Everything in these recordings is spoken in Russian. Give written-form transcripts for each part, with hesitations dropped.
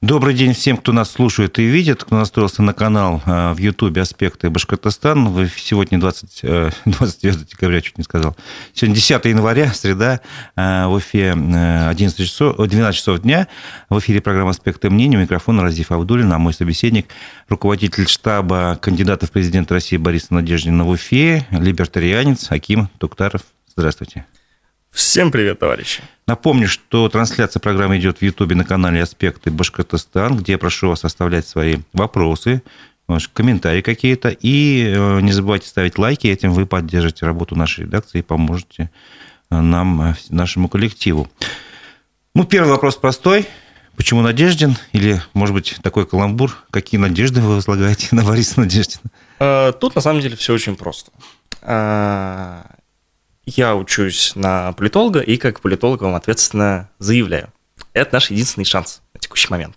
Добрый день всем, кто нас слушает и видит, кто настроился на канал в Ютубе «Аспекты Башкортостана». Сегодня 29 декабря, чуть не сказал. Сегодня 10 января, среда, в Уфе 12 часов дня. В эфире программа «Аспекты мнений». У микрофона Разиф Абдуллин, а мой собеседник, руководитель штаба кандидата в президенты России Бориса Надеждина в Уфе, либертарианец Аким Туктаров. Здравствуйте. Всем привет, товарищи. Напомню, что трансляция программы идет в Ютубе на канале «Аспекты Башкортостан», где я прошу вас оставлять свои вопросы, комментарии какие-то. И не забывайте ставить лайки, этим вы поддержите работу нашей редакции и поможете нам, нашему коллективу. Первый вопрос простой. Почему Надеждин? Или, может быть, такой каламбур? Какие надежды вы возлагаете на Бориса Надеждина? Тут, на самом деле, все очень просто. Я учусь на политолога, и как политолог вам ответственно заявляю. Это наш единственный шанс на текущий момент.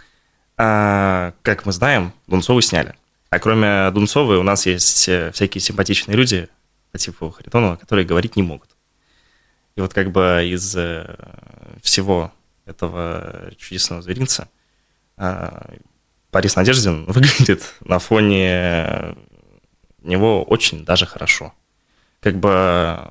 Как мы знаем, Дунцову сняли. А кроме Дунцовой у нас есть всякие симпатичные люди по типу Харитонова, которые говорить не могут. И вот как бы из всего этого чудесного зверинца Борис Надеждин выглядит на фоне него очень даже хорошо. Как бы,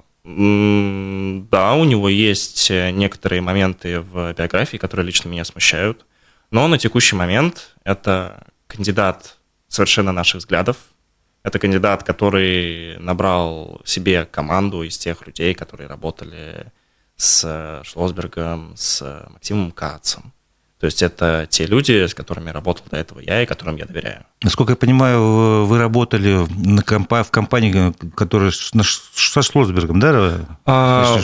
да, у него есть некоторые моменты в биографии, которые лично меня смущают, но на текущий момент это кандидат совершенно наших взглядов, это кандидат, который набрал себе команду из тех людей, которые работали с Шлосбергом, с Максимом Кацем. То есть это те люди, с которыми работал до этого я и которым я доверяю. Насколько я понимаю, вы работали в компании, которая со Шлосбергом, да? Да,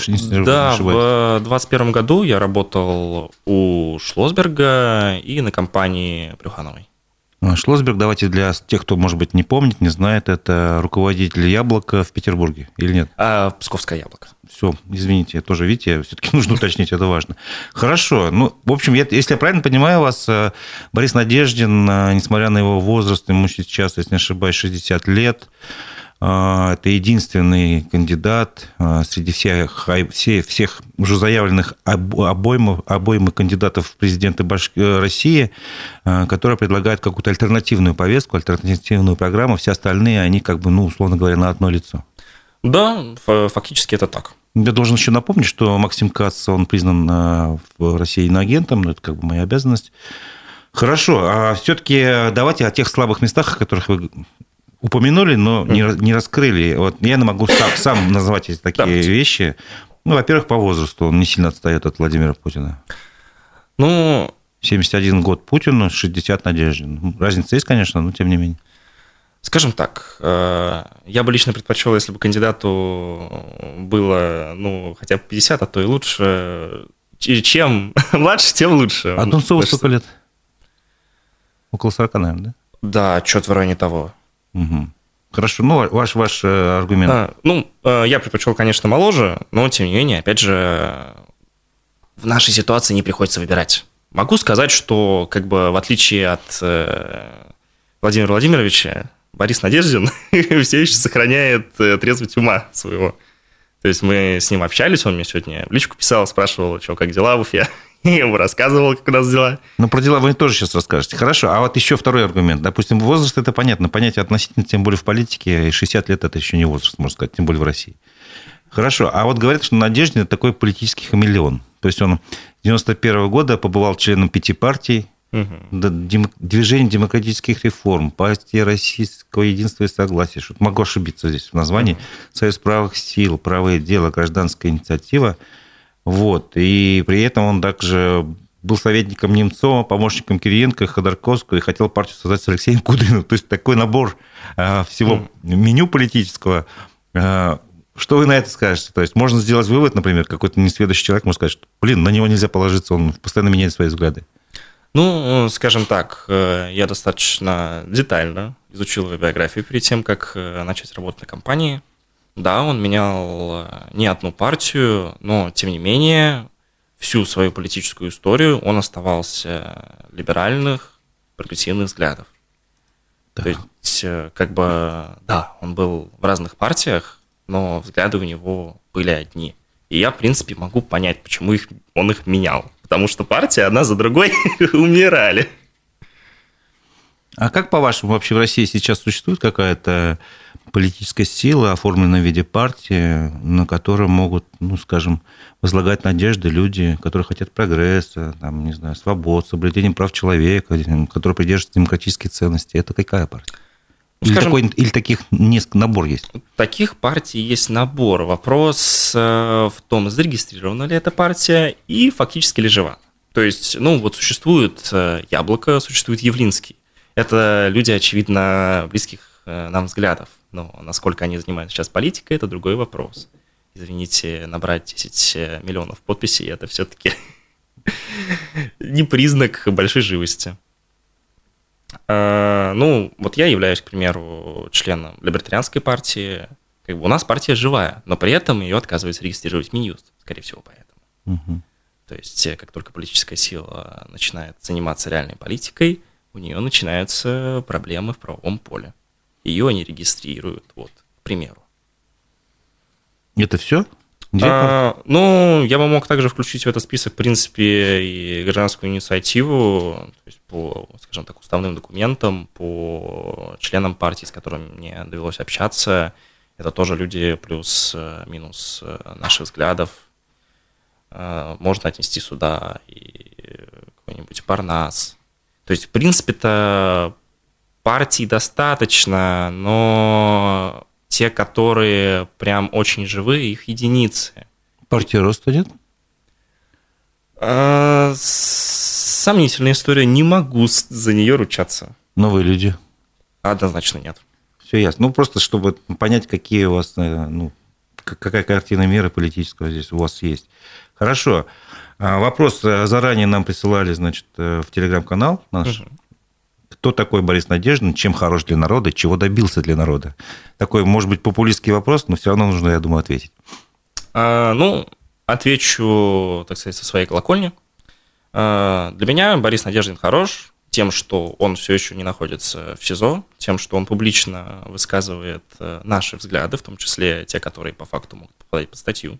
в 2021 году я работал у Шлосберга и на компании Брюхановой. Шлосберг, давайте для тех, кто, может быть, не помнит, не знает, это руководитель «Яблока» в Петербурге, или нет? Псковское «Яблоко». Все, извините, я тоже, видите, все-таки нужно уточнить, это важно. Хорошо. В общем, если я правильно понимаю вас, Борис Надеждин, несмотря на его возраст, ему сейчас, если не ошибаюсь, 60 лет, это единственный кандидат среди всех уже заявленных обоймы кандидатов в президенты России, который предлагает какую-то альтернативную повестку, альтернативную программу. Все остальные, они условно говоря, на одно лицо. Да, фактически это так. Я должен еще напомнить, что Максим Кац, он признан в России иноагентом, это моя обязанность. Хорошо, а все-таки давайте о тех слабых местах, о которых вы упомянули, но не раскрыли. Вот я могу сам назвать такие вещи. Во-первых, по возрасту он не сильно отстает от Владимира Путина. 71 год Путину, 60 Надеждин. Разница есть, конечно, но тем не менее. Скажем так, я бы лично предпочел, если бы кандидату было, хотя бы 50, а то и лучше. Чем младше, тем лучше. А Дунцову сколько лет? Около 40, наверное, да? Да, что-то в районе того. Угу. Хорошо, ваш аргумент. Я предпочел, конечно, моложе, но, тем не менее, опять же, в нашей ситуации не приходится выбирать. Могу сказать, что, в отличие от Владимира Владимировича, Борис Надеждин все еще сохраняет трезвость ума своего. То есть мы с ним общались, он мне сегодня в личку писал, спрашивал, что, как дела в Уфе. Я ему рассказывал, как у нас дела. Про дела вы тоже сейчас расскажете. Хорошо, а вот еще второй аргумент. Допустим, возраст – это понятно, понятие относительно, тем более в политике, и 60 лет – это еще не возраст, можно сказать, тем более в России. Хорошо, а вот говорят, что Надеждин – это такой политический хамелеон. То есть он с 91 года побывал членом 5 партий, Движение демократических реформ, партия Российского единства и согласия. Могу ошибиться здесь в названии. Союз правых сил, правое дело, гражданская инициатива. И при этом он также был советником Немцова, помощником Кириенко, Ходорковского и хотел партию создать с Алексеем Кудриным. То есть такой набор всего меню политического. Что вы на это скажете? То есть можно сделать вывод, например, какой-то несведущий человек может сказать, что, на него нельзя положиться, он постоянно меняет свои взгляды. Скажем так, я достаточно детально изучил его биографию перед тем, как начать работать на компании. Да, он менял не одну партию, но, тем не менее, всю свою политическую историю он оставался либеральных, прогрессивных взглядов. Да. То есть, да, он был в разных партиях, но взгляды у него были одни. И я, в принципе, могу понять, почему он их менял. потому что партии одна за другой умирали. А как, по-вашему, вообще в России сейчас существует какая-то политическая сила, оформленная в виде партии, на которую могут, ну, скажем, возлагать надежды люди, которые хотят прогресса, там, не знаю, свобод, соблюдения прав человека, которые придерживаются демократических ценностей? Это какая партия? Или таких несколько набор есть? Таких партий есть набор. Вопрос в том, зарегистрирована ли эта партия и фактически ли жива. То есть, ну, вот существует Яблоко, существует Явлинский. Это люди, очевидно, близких нам взглядов. Но насколько они занимаются сейчас политикой, это другой вопрос. Извините, набрать 10 миллионов подписей – это все-таки не признак большой живости. Ну, вот я являюсь, к примеру, членом либертарианской партии. Как бы у нас партия живая, но при этом ее отказывается регистрировать Минюст, скорее всего, поэтому. Угу. То есть, как только политическая сила начинает заниматься реальной политикой, у нее начинаются проблемы в правовом поле. Ее они регистрируют, вот, к примеру. Это все? Ну, я бы мог также включить в этот список, в принципе, и гражданскую инициативу, то есть по, скажем так, уставным документам, по членам партии, с которыми мне довелось общаться. Это тоже люди плюс-минус наших взглядов. Можно отнести сюда и какой-нибудь Парнас. То есть, в принципе-то, партий достаточно, но те, которые прям очень живые, их единицы. Партия Роста нет? Сомнительная история, не могу за нее ручаться. Новые люди? Однозначно нет. Все ясно. Ну, просто чтобы понять, какие у вас, ну, какая картина мира политического здесь у вас есть. Хорошо. Вопрос заранее нам присылали, значит, в телеграм-канал наш. Угу. Кто такой Борис Надеждин, чем хорош для народа, чего добился для народа? Такой, может быть, популистский вопрос, но все равно нужно, я думаю, ответить. Ну, отвечу, так сказать, со своей колокольни. Для меня Борис Надеждин хорош тем, что он все еще не находится в СИЗО, тем, что он публично высказывает наши взгляды, в том числе те, которые по факту могут попадать под статью,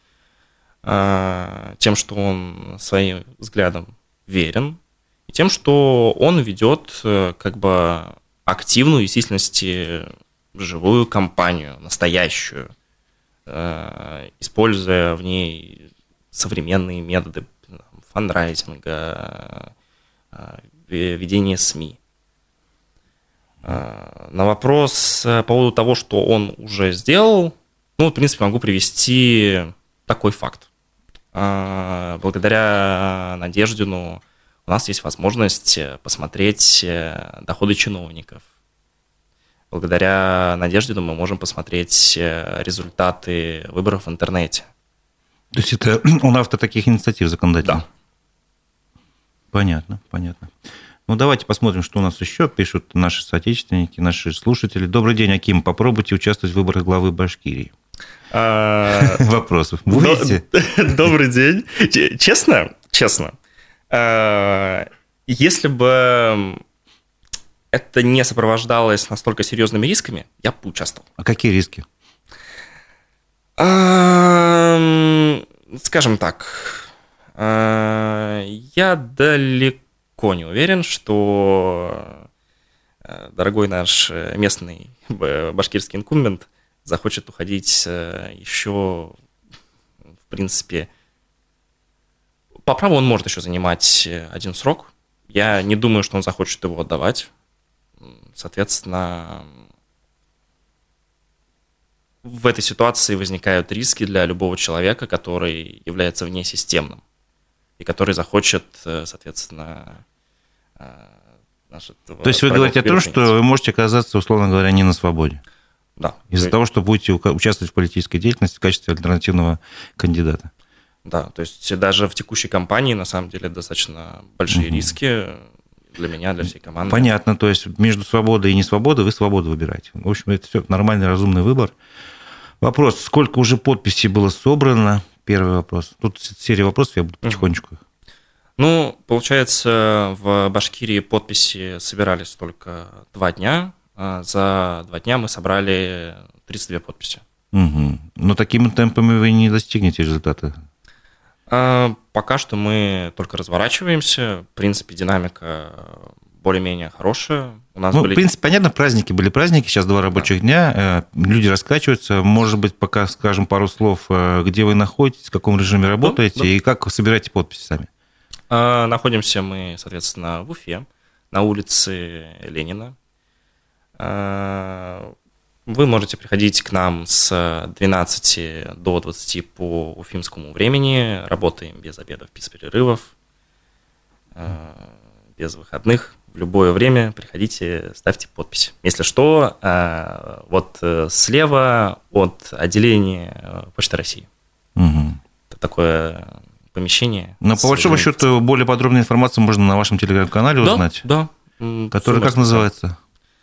тем, что он своим взглядам верен, и тем, что он ведет как бы активную, в действительности, живую кампанию, настоящую, используя в ней современные методы фандрайзинга, ведения СМИ. На вопрос по поводу того, что он уже сделал, ну, в принципе, могу привести такой факт. Благодаря Надеждину у нас есть возможность посмотреть доходы чиновников. Благодаря Надеждину мы можем посмотреть результаты выборов в интернете. То есть это он автор таких инициатив законодательных? Да. Понятно. Ну, давайте посмотрим, что у нас еще пишут наши соотечественники, наши слушатели. Добрый день, Аким. Попробуйте участвовать в выборах главы Башкирии. Вопросов будете? Добрый день. Честно, если бы это не сопровождалось настолько серьезными рисками, я бы поучаствовал. А какие риски? Скажем так, я далеко не уверен, что дорогой наш местный башкирский инкумбент захочет уходить еще, в принципе, по праву он может еще занимать один срок. Я не думаю, что он захочет его отдавать. Соответственно, в этой ситуации возникают риски для любого человека, который является внесистемным и который захочет, соответственно, То есть вы говорите о том, что вы можете оказаться, условно говоря, не на свободе? Да. Из-за того, что будете участвовать в политической деятельности в качестве альтернативного кандидата? Да, то есть даже в текущей кампании, на самом деле, достаточно большие риски для меня, для всей команды. Понятно, то есть между свободой и несвободой вы свободу выбираете. В общем, это все нормальный, разумный выбор. Вопрос, сколько уже подписей было собрано? Первый вопрос. Тут серия вопросов, я буду потихонечку их. Ну, получается, в Башкирии подписи собирались только 2 дня. За 2 дня мы собрали 32 подписи. Угу. Но такими темпами вы не достигнете результата. Пока что мы только разворачиваемся. В принципе, динамика более-менее хорошая. У нас В принципе, понятно, были праздники, сейчас 2 рабочих дня, люди раскачиваются. Может быть, пока скажем пару слов, где вы находитесь, в каком режиме работаете и как вы собираете подписи сами? Находимся мы, соответственно, в Уфе, на улице Ленина. Вы можете приходить к нам с 12 до 20 по уфимскому времени. Работаем без обедов, без перерывов, без выходных. В любое время приходите, ставьте подпись. Если что, вот слева от отделения Почты России. Угу. Это такое помещение. Но по большому счету более подробную информацию можно на вашем телеграм-канале узнать. Да. Который как называется?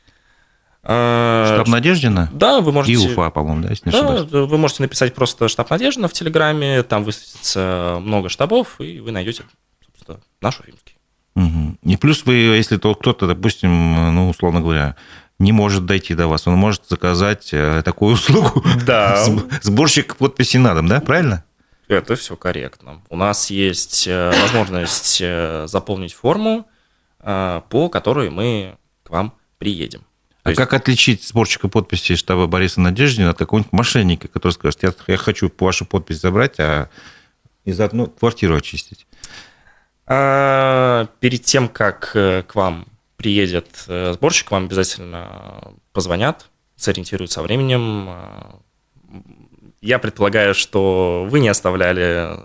Штаб Надеждина? Да, вы можете... И Уфа, по-моему, да, если не ошибаюсь. Да, вы можете написать просто «Штаб Надеждина» в Телеграме, там высветится много штабов, и вы найдете, собственно, наш уфимский. Угу. И плюс вы, если кто-то, допустим, ну, условно говоря, не может дойти до вас, он может заказать такую услугу. Да. Сборщик подписей на дом, да, правильно? Это все корректно. У нас есть возможность заполнить форму, по которой мы к вам приедем. А как отличить сборщика подписей штаба Бориса Надеждина от какого-нибудь мошенника, который скажет, я хочу вашу подпись забрать, и заодно квартиру очистить? Перед тем, как к вам приедет сборщик, вам обязательно позвонят, сориентируют со временем. Я предполагаю, что вы не оставляли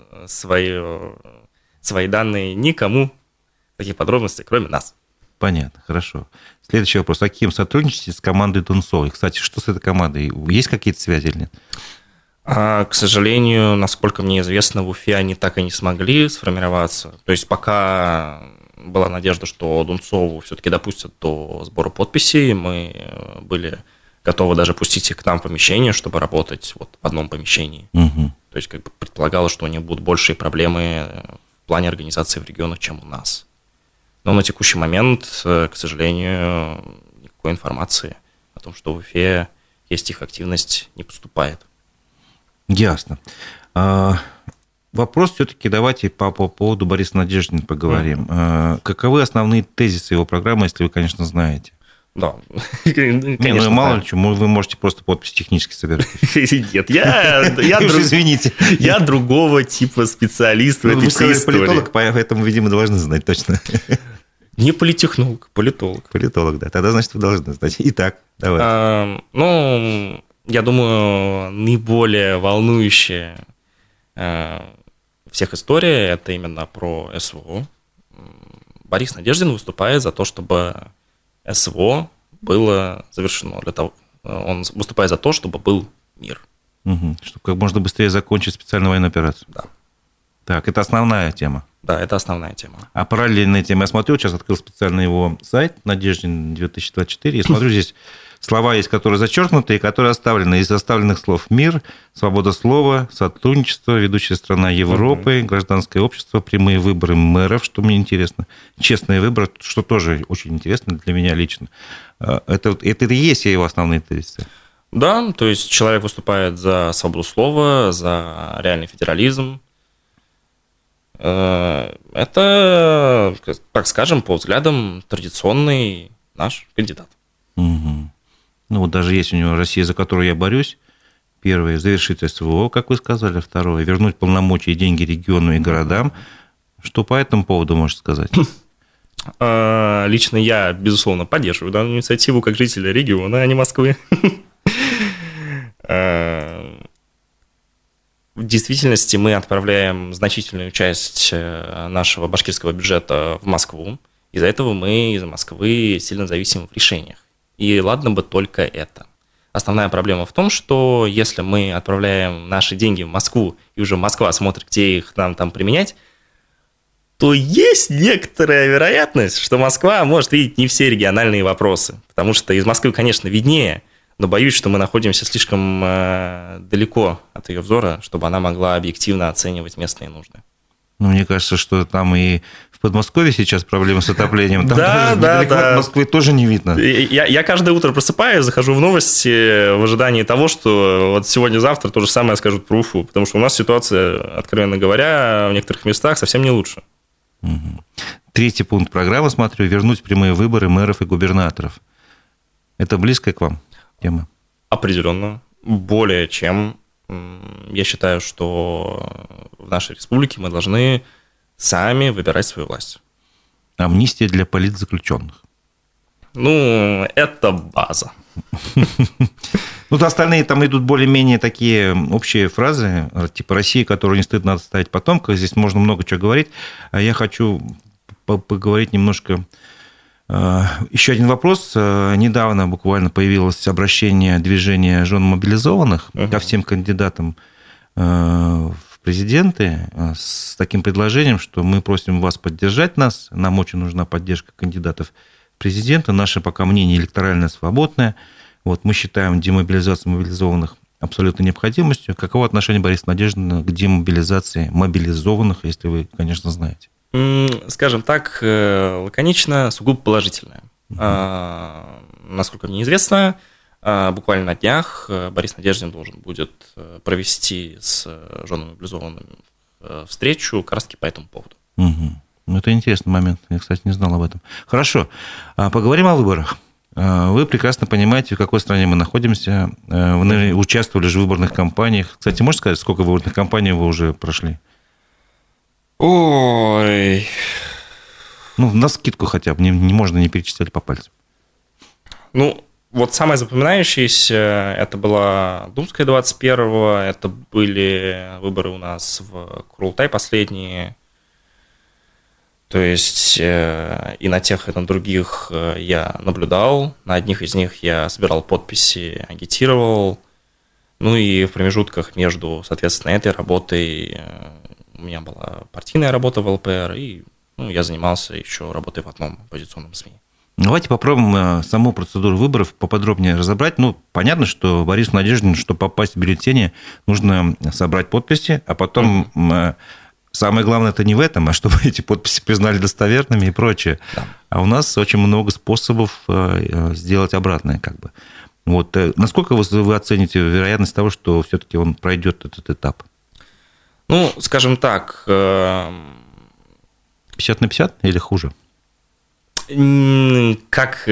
свои данные никому, таких подробностей, кроме нас. Понятно, хорошо. Следующий вопрос. А кем сотрудничаете с командой Дунцовой? Кстати, что с этой командой? Есть какие-то связи или нет? К сожалению, насколько мне известно, в Уфе они так и не смогли сформироваться. То есть пока была надежда, что Дунцову все-таки допустят до сбора подписей, мы были готовы даже пустить их к нам в помещение, чтобы работать вот в одном помещении. Угу. То есть как бы предполагалось, что у них будут большие проблемы в плане организации в регионах, чем у нас. Но на текущий момент, к сожалению, никакой информации о том, что в Уфе есть их активность, не поступает. Ясно. Вопрос все-таки давайте по поводу Бориса Надеждина поговорим. Каковы основные тезисы его программы, если вы, конечно, знаете? Да, конечно. Мало ли чего, вы можете просто подпись технически собирать. Нет, извините. Я другого типа специалист в этой истории. Вы сказали политолог, поэтому, видимо, должны знать точно. Не политехнолог, политолог. Политолог, да. Тогда, значит, вы должны знать. Итак, давай. Я думаю, наиболее волнующая всех история – это именно про СВО. Борис Надеждин выступает за то, чтобы СВО было завершено. Он выступает за то, чтобы был мир. Угу. Чтобы как можно быстрее закончить специальную военную операцию. Да. Так, это основная тема. Да, это основная тема. А параллельная тема, я смотрю, сейчас открыл специально его сайт Надеждин 2024, и смотрю, здесь слова есть, которые зачеркнуты, и которые оставлены. Из оставленных слов мир, свобода слова, сотрудничество, ведущая страна Европы, гражданское общество, прямые выборы мэров, что мне интересно, честные выборы, что тоже очень интересно для меня лично. Это и есть его основные тезисы. Да, то есть человек выступает за свободу слова, за реальный федерализм. Это, так скажем, по взглядам традиционный наш кандидат. Угу. Ну вот даже есть у него «Россия, за которую я борюсь». Первое – завершить СВО, как вы сказали. Второе – вернуть полномочия и деньги региону и городам. Что по этому поводу можете сказать? Лично я, безусловно, поддерживаю данную инициативу как житель региона, а не Москвы. В действительности мы отправляем значительную часть нашего башкирского бюджета в Москву. Из-за этого мы из Москвы сильно зависим в решениях. И ладно бы только это. Основная проблема в том, что если мы отправляем наши деньги в Москву, и уже Москва смотрит, где их нам там применять, то есть некоторая вероятность, что Москва может видеть не все региональные вопросы. Потому что из Москвы, конечно, виднее, но боюсь, что мы находимся слишком далеко от ее взора, чтобы она могла объективно оценивать местные нужды. Ну, мне кажется, что там и, в Подмосковье сейчас проблемы с отоплением. Там да, недалеко от Москвы тоже не видно. Я каждое утро просыпаюсь, захожу в новости в ожидании того, что вот сегодня-завтра то же самое скажут про Уфу. Потому что у нас ситуация, откровенно говоря, в некоторых местах совсем не лучше. Угу. 3-й пункт программы, смотрю, вернуть прямые выборы мэров и губернаторов. Это близкая к вам тема? Определенно. Более чем. Я считаю, что в нашей республике мы должны сами выбирать свою власть. Амнистия для политзаключенных. Ну, это база. Ну, остальные там идут более-менее такие общие фразы, типа «Россия, которую не стыдно отставить потомкам». Здесь можно много чего говорить. А я хочу поговорить немножко. Еще один вопрос. Недавно буквально появилось обращение движения жен мобилизованных ко всем кандидатам в президенты с таким предложением, что мы просим вас поддержать нас. Нам очень нужна поддержка кандидатов в президенты. Наше пока мнение электорально свободное. Вот, мы считаем демобилизацию мобилизованных абсолютно необходимостью. Каково отношение Бориса Надеждина к демобилизации мобилизованных, если вы, конечно, знаете? Скажем так, лаконично, сугубо положительное. Насколько мне известно, буквально на днях Борис Надеждин должен будет провести с женами мобилизованными встречу как раз таки по этому поводу. Ну, это интересный момент. Я, кстати, не знал об этом. Хорошо. Поговорим о выборах. Вы прекрасно понимаете, в какой стране мы находимся. Вы участвовали же в выборных кампаниях. Кстати, можете сказать, сколько выборных кампаний вы уже прошли? Ой. Ну, навскидку хотя бы. Не можно не перечислять по пальцам. Ну, вот самое запоминающееся, это была Думская 21-го, это были выборы у нас в Курултай последние. То есть и на тех, и на других я наблюдал. На одних из них я собирал подписи, агитировал. Ну и в промежутках между, соответственно, этой работой у меня была партийная работа в ЛПР, и я занимался еще работой в одном оппозиционном СМИ. Давайте попробуем саму процедуру выборов поподробнее разобрать. Ну, понятно, что Борису Надеждину, чтобы попасть в бюллетени, нужно собрать подписи, а потом... Самое главное, это не в этом, а чтобы эти подписи признали достоверными и прочее. Да. А у нас очень много способов сделать обратное, как бы. Вот. Насколько вы оцените вероятность того, что все-таки он пройдет этот этап? Ну, скажем так... 50/50 или хуже? Как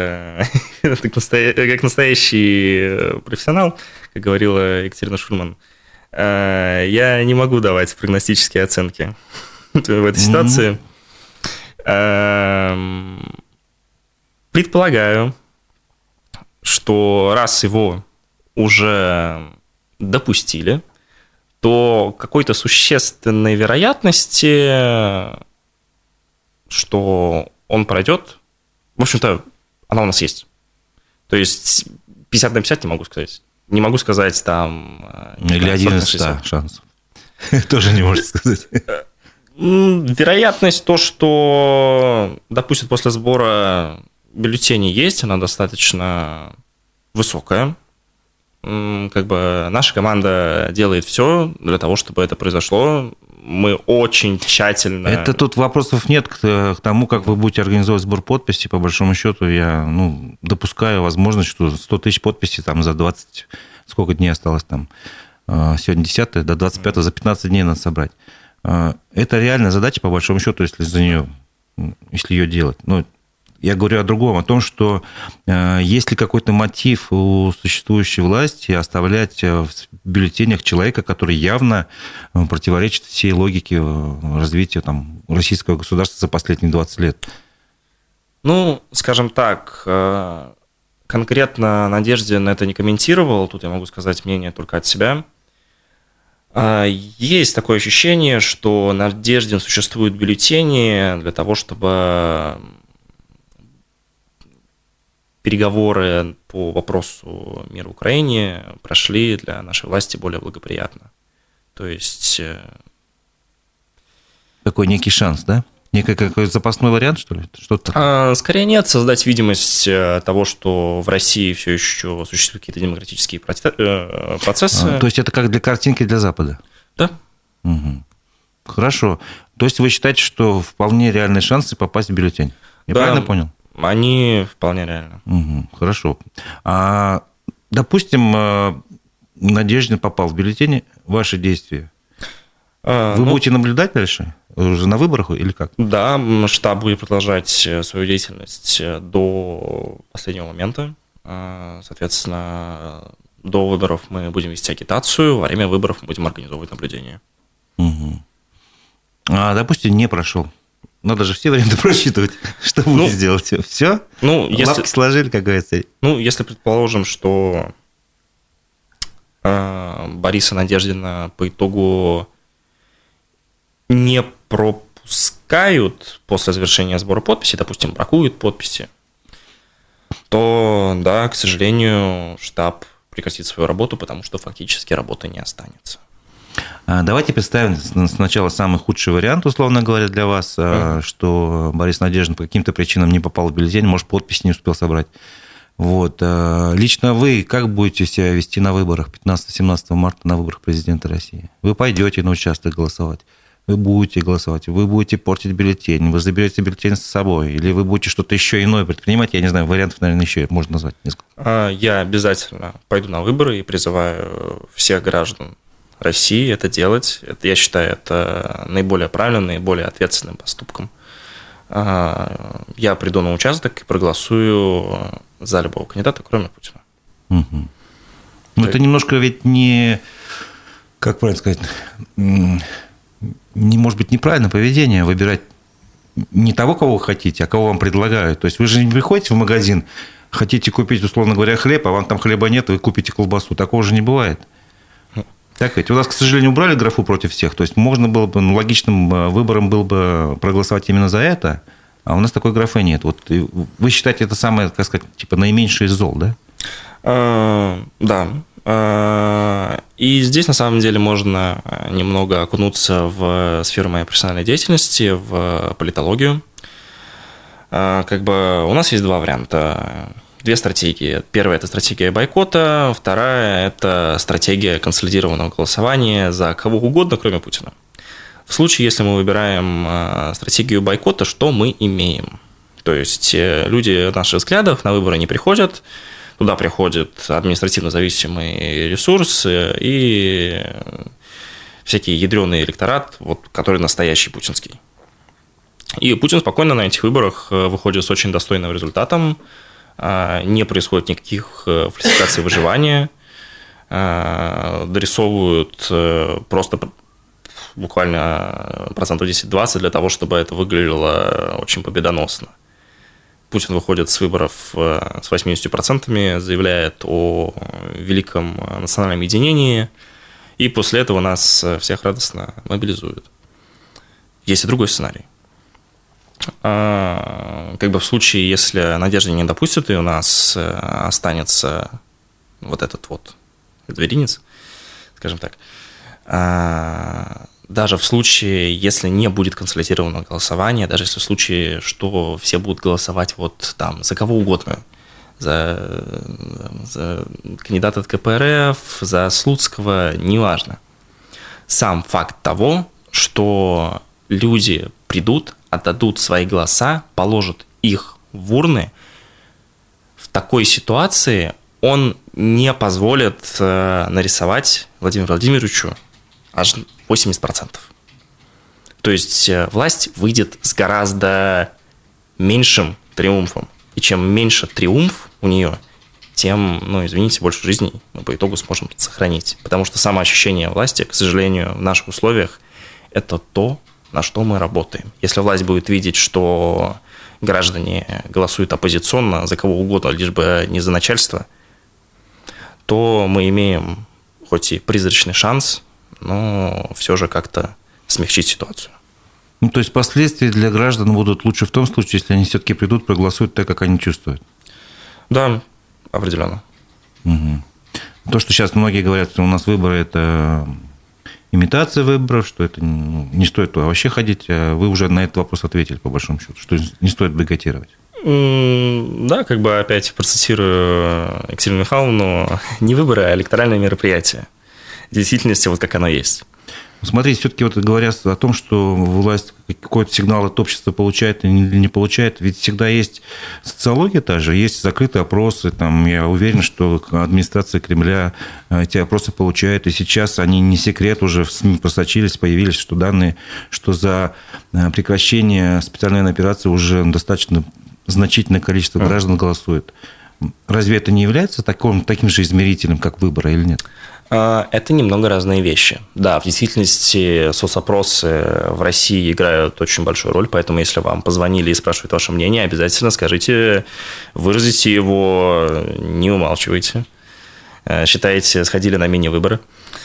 настоящий профессионал, как говорила Екатерина Шульман, я не могу давать прогностические оценки в этой ситуации. Предполагаю, что раз его уже допустили, то какой-то существенной вероятности, что он пройдет, в общем-то, она у нас есть. То есть 50/50 не могу сказать. Не могу сказать там... Или 1 из 100 шансов. Тоже не можешь сказать. Вероятность то, что допустят после сбора бюллетеней есть, она достаточно высокая. Как бы наша команда делает все для того, чтобы это произошло. Мы очень тщательно... Это тут вопросов нет к тому, как вы будете организовывать сбор подписей. По большому счету, я допускаю возможность, что 100 тысяч подписей там, за 20... Сколько дней осталось там? Сегодня 10 до 25 за 15 дней надо собрать. Это реальная задача, по большому счету, если ее делать. Но я говорю о другом, о том, что есть ли какой-то мотив у существующей власти оставлять в бюллетенях человека, который явно противоречит всей логике развития там, российского государства за последние 20 лет? Ну, скажем так, конкретно Надеждин это не комментировал, тут я могу сказать мнение только от себя. Есть такое ощущение, что Надеждин существует в бюллетене для того, чтобы переговоры по вопросу мира в Украине прошли для нашей власти более благоприятно. То есть... Такой некий шанс, да? Некий какой-то запасной вариант, что ли? Что-то... Скорее нет, создать видимость того, что в России все еще существуют какие-то демократические процессы. То есть это как для картинки для Запада? Да. Угу. Хорошо. То есть вы считаете, что вполне реальные шансы попасть в бюллетень? Я правильно понял? Они вполне реальны. Угу, хорошо. Допустим, Надеждин попал в бюллетень, ваши действия. Вы будете наблюдать дальше? Уже на выборах или как? Да, штаб будет продолжать свою деятельность до последнего момента. Соответственно, до выборов мы будем вести агитацию, во время выборов мы будем организовывать наблюдение. Угу. Допустим, не прошел. Надо же все варианты просчитывать. Что будете делать? Все? Лапки сложили, как говорится. Если предположим, что Бориса Надеждина по итогу не пропускают после завершения сбора подписей, допустим, бракуют подписи, то, да, к сожалению, штаб прекратит свою работу, потому что фактически работы не останется. Давайте представим сначала самый худший вариант, условно говоря, для вас, что Борис Надеждин по каким-то причинам не попал в бюллетень, может, подпись не успел собрать. Лично вы как будете себя вести на выборах 15-17 марта, на выборах президента России? Вы пойдете на участок голосовать, вы будете голосовать, вы будете портить бюллетень, вы заберете бюллетень с собой, или вы будете что-то еще иное предпринимать, я не знаю, вариантов, наверное, еще можно назвать несколько. Я обязательно пойду на выборы и призываю всех граждан России это делать. Я считаю, это наиболее правильным, наиболее ответственным поступком. Я приду на участок и проголосую за любого кандидата, кроме Путина. Угу. Это немножко ведь не, как правильно сказать, не может быть неправильное поведение выбирать не того, кого вы хотите, а кого вам предлагают. То есть вы же не приходите в магазин, хотите купить, условно говоря, хлеб, а вам там хлеба нет, вы купите колбасу. Такого же не бывает. Так ведь у нас, к сожалению, убрали графу против всех. То есть можно было бы, логичным выбором был бы проголосовать именно за это, а у нас такой графы нет. Вы считаете, это самое, как сказать, типа наименьшее из зол, да? Да. И здесь, на самом деле, можно немного окунуться в сферу моей профессиональной деятельности, в политологию. У нас есть два варианта. Две стратегии. Первая – это стратегия бойкота, вторая – это стратегия консолидированного голосования за кого угодно, кроме Путина. В случае, если мы выбираем стратегию бойкота, что мы имеем? То есть люди наших взглядов на выборы не приходят, туда приходит административно зависимый ресурс и всякий ядреный электорат, который настоящий путинский. И Путин спокойно на этих выборах выходит с очень достойным результатом, не происходит никаких фальсификаций выживания, дорисовывают просто буквально 10-20% для того, чтобы это выглядело очень победоносно. Путин выходит с выборов с 80%, заявляет о великом национальном единении, и после этого нас всех радостно мобилизуют. Есть и другой сценарий. В случае, если Надежда не допустит, и у нас останется этот зверинец, скажем так, даже в случае, если не будет консолидированного голосования, даже если в случае, что все будут голосовать за кого угодно, за кандидата от КПРФ, за Слуцкого, неважно. Сам факт того, что люди придут, отдадут свои голоса, положат их в урны, в такой ситуации он не позволит нарисовать Владимиру Владимировичу аж 80%. То есть власть выйдет с гораздо меньшим триумфом. И чем меньше триумф у нее, тем, больше жизней мы по итогу сможем сохранить. Потому что самоощущение власти, к сожалению, в наших условиях, это то, на что мы работаем. Если власть будет видеть, что граждане голосуют оппозиционно за кого угодно, лишь бы не за начальство, то мы имеем хоть и призрачный шанс, но все же как-то смягчить ситуацию. То есть последствия для граждан будут лучше в том случае, если они все-таки придут, проголосуют так, как они чувствуют? Да, определенно. Угу. То, что сейчас многие говорят, что у нас выборы – это имитация выборов, что это не стоит туда вообще ходить, а вы уже на этот вопрос ответили, по большому счету, что не стоит бойкотировать. Да, опять процитирую Екатерину Михайловну, не выборы, а электоральное мероприятие. В действительности, как оно есть. Смотрите, все-таки вот говоря о том, что власть какой-то сигнал от общества получает или не получает, ведь всегда есть социология та же, есть закрытые опросы. Там, я уверен, что администрация Кремля эти опросы получает, и сейчас они не секрет, уже в СМИ просочились, появились, что данные, что за прекращение специальной операции уже достаточно значительное количество граждан голосует. Разве это не является таким же измерителем, как выборы, или нет? Это немного разные вещи. Да, в действительности соцопросы в России играют очень большую роль, поэтому если вам позвонили и спрашивают ваше мнение, обязательно скажите, выразите его, не умалчивайте. Считаете, сходили на мини-выборы.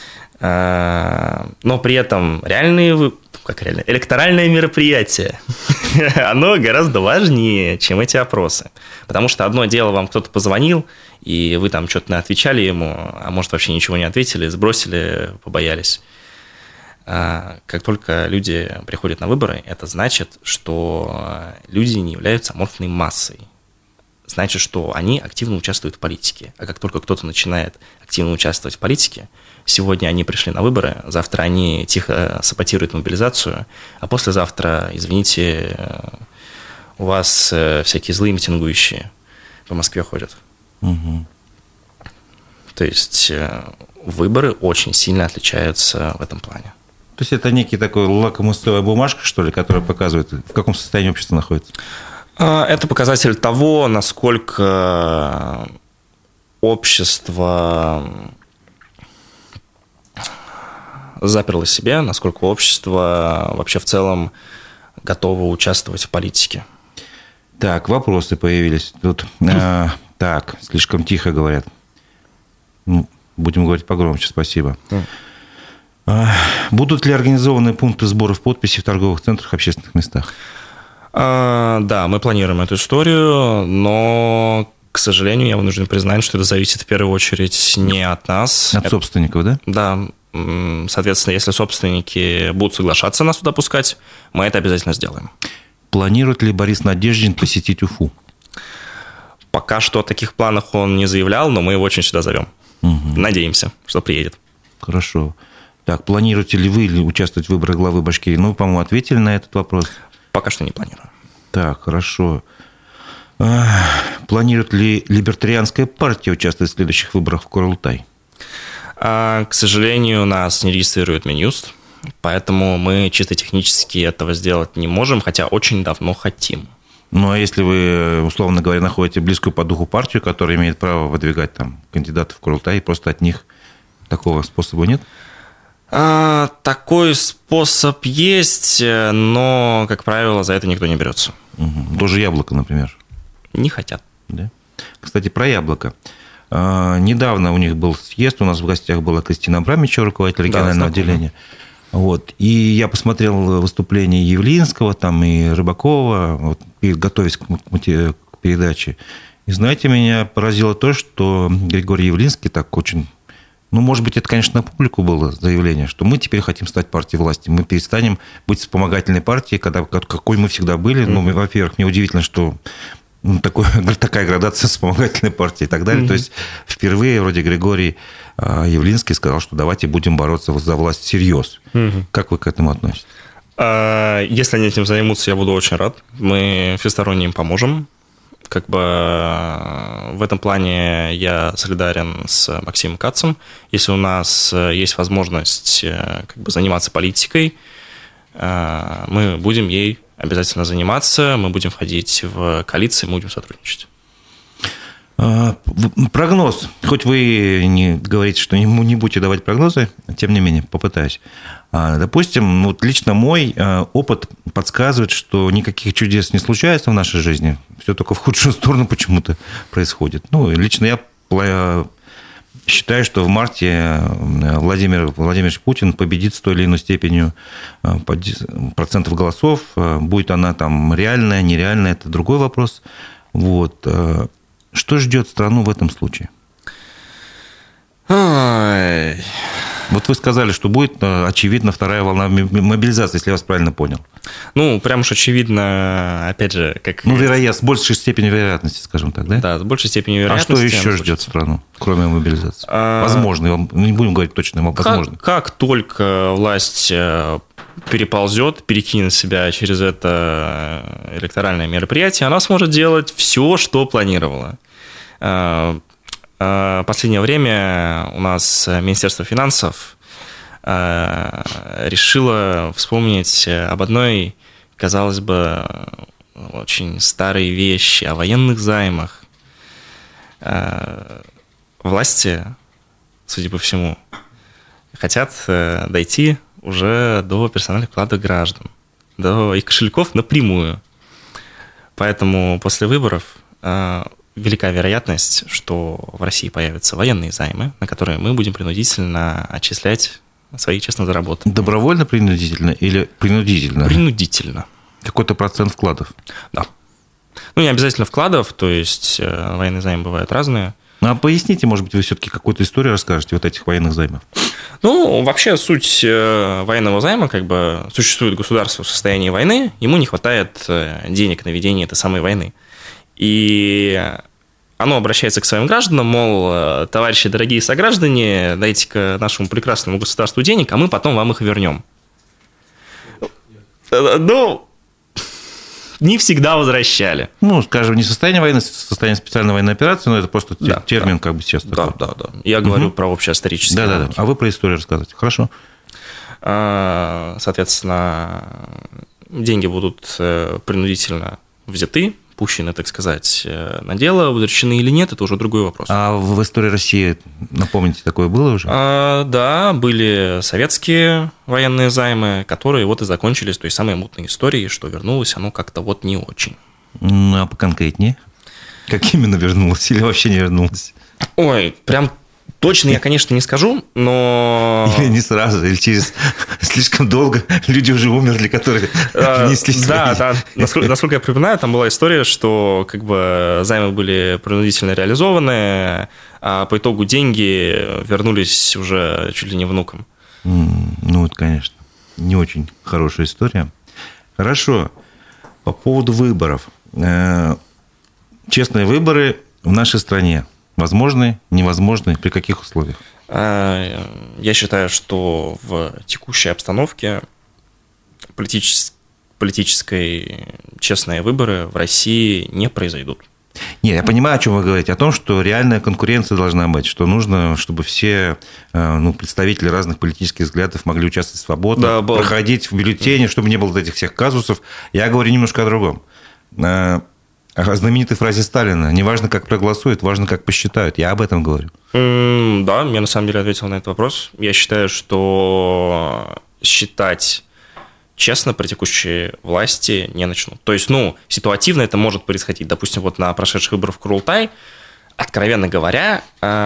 Но при этом электоральное мероприятие, оно гораздо важнее, чем эти опросы. Потому что одно дело, вам кто-то позвонил, и вы там что-то отвечали ему, а может, вообще ничего не ответили, сбросили, побоялись. Как только люди приходят на выборы, это значит, что люди не являются аморфной массой. Значит, что они активно участвуют в политике. А как только кто-то начинает активно участвовать в политике, сегодня они пришли на выборы, завтра они тихо саботируют мобилизацию, а послезавтра, извините, у вас всякие злые митингующие по Москве ходят. Угу. То есть выборы очень сильно отличаются в этом плане. То есть это некий такой лакмусовая бумажка, что ли, которая показывает, в каком состоянии общество находится? Это показатель того, насколько общество заперло себя, насколько общество вообще в целом готово участвовать в политике. Так, вопросы появились тут. Так, слишком тихо говорят. Будем говорить погромче, спасибо. Будут ли организованы пункты сборов подписей в торговых центрах, общественных местах? Да, мы планируем эту историю, но, к сожалению, я вынужден признать, что это зависит в первую очередь не от нас. От собственников, да? Да. Соответственно, если собственники будут соглашаться нас туда пускать, мы это обязательно сделаем. Планирует ли Борис Надеждин посетить Уфу? Пока что о таких планах он не заявлял, но мы его очень сюда зовем. Угу. Надеемся, что приедет. Хорошо. Так, планируете ли вы участвовать в выборах главы Башкирии? Ну, по-моему, ответили на этот вопрос. Пока что не планирую. Так, хорошо. Планирует ли либертарианская партия участвовать в следующих выборах в Курултай? К сожалению, нас не регистрирует Минюст, поэтому мы чисто технически этого сделать не можем, хотя очень давно хотим. Ну, а если вы, условно говоря, находите близкую по духу партию, которая имеет право выдвигать там кандидатов в Курултай, просто от них такого способа нет? Такой способ есть, но, как правило, за это никто не берется. Угу. Тоже Яблоко, например. Не хотят. Да? Кстати, про Яблоко. Недавно у них был съезд, у нас в гостях была Кристина Абрамичева, руководитель регионального отделения. Вот. И я посмотрел выступления Явлинского там, и Рыбакова, вот, готовясь к передаче. И знаете, меня поразило то, что Григорий Явлинский так очень... Ну, может быть, это, конечно, на публику было заявление, что мы теперь хотим стать партией власти. Мы перестанем быть вспомогательной партией, какой мы всегда были. Ну, во-первых, мне удивительно, что такая градация вспомогательной партии и так далее. То есть впервые вроде Григорий Явлинский сказал, что давайте будем бороться за власть всерьез. Как вы к этому относитесь? Если они этим займутся, я буду очень рад. Мы всесторонне им поможем. Как бы в этом плане я солидарен с Максимом Кацем. Если у нас есть возможность как бы заниматься политикой, мы будем ей обязательно заниматься, мы будем входить в коалиции, мы будем сотрудничать. Прогноз. Хоть вы не говорите, что не будете давать прогнозы, тем не менее, попытаюсь. Допустим, вот лично мой опыт подсказывает, что никаких чудес не случается в нашей жизни. Все только в худшую сторону почему-то происходит. Ну, лично я считаю, что в марте Владимир Владимирович Путин победит с той или иной степенью процентов голосов. Будет она там реальная, нереальная, это другой вопрос. Вот. Что ждет страну в этом случае? Вот вы сказали, что будет, очевидно, вторая волна мобилизации, если я вас правильно понял. Ну, прям уж очевидно, опять же, как... Ну, с большей степенью вероятности, скажем так, да? Да, с большей степенью вероятности. А что еще ждет страну, кроме мобилизации? Возможно, не будем говорить точно, возможно. Как только власть переползет, перекинет себя через это электоральное мероприятие, она сможет делать все, что планировала. В последнее время у нас Министерство финансов решило вспомнить об одной, казалось бы, очень старой вещи, о военных займах. Власти, судя по всему, хотят дойти уже до персональных вкладов граждан, до их кошельков напрямую. Поэтому после выборов велика вероятность, что в России появятся военные займы, на которые мы будем принудительно отчислять свои честно заработанные. Добровольно принудительно или принудительно? Принудительно. Какой-то процент вкладов? Да. Ну, не обязательно вкладов, то есть военные займы бывают разные. Ну, а поясните, может быть, вы все-таки какую-то историю расскажете вот этих военных займов? Ну, вообще суть военного займа, как бы существует государство в состоянии войны, ему не хватает денег на ведение этой самой войны. И оно обращается к своим гражданам, мол, товарищи, дорогие сограждане, дайте-ка нашему прекрасному государству денег, а мы потом вам их вернем. Ну, не всегда возвращали. Ну, скажем, не состояние войны, состояние специальной военной операции, но это просто термин как бы сейчас такой. Да. Я говорю про общеисторические науки. Да. А вы про историю рассказывайте. Хорошо. Соответственно, деньги будут принудительно взяты, пущены, так сказать, на дело, возвращены или нет, это уже другой вопрос. А в истории России, напомните, такое было уже? Да, были советские военные займы, которые вот и закончились той самой мутной историей, что вернулось оно как-то вот не очень. Ну, а поконкретнее? Как именно вернулось или вообще не вернулось? Ой, прям точно я, конечно, не скажу, но... Или не сразу, или через слишком долго люди уже умерли, которые внесли свои... Да. Насколько я припоминаю, там была история, что как бы займы были принудительно реализованы, а по итогу деньги вернулись уже чуть ли не внукам. Ну, это, конечно, не очень хорошая история. Хорошо. По поводу выборов. Честные выборы в нашей стране возможны, невозможны, при каких условиях? Я считаю, что в текущей обстановке политической честные выборы в России не произойдут. Нет, я понимаю, о чем вы говорите. О том, что реальная конкуренция должна быть, что нужно, чтобы все представители разных политических взглядов могли участвовать свободно, проходить в бюллетени, чтобы не было вот этих всех казусов. Я говорю немножко о другом. О знаменитой фразе Сталина: не важно, как проголосуют, важно, как посчитают. Я об этом говорю. Да, я на самом деле ответил на этот вопрос. Я считаю, что считать честно при текущей власти не начнут. То есть, ситуативно это может происходить. Допустим, вот на прошедших выборах в Курултай, откровенно говоря,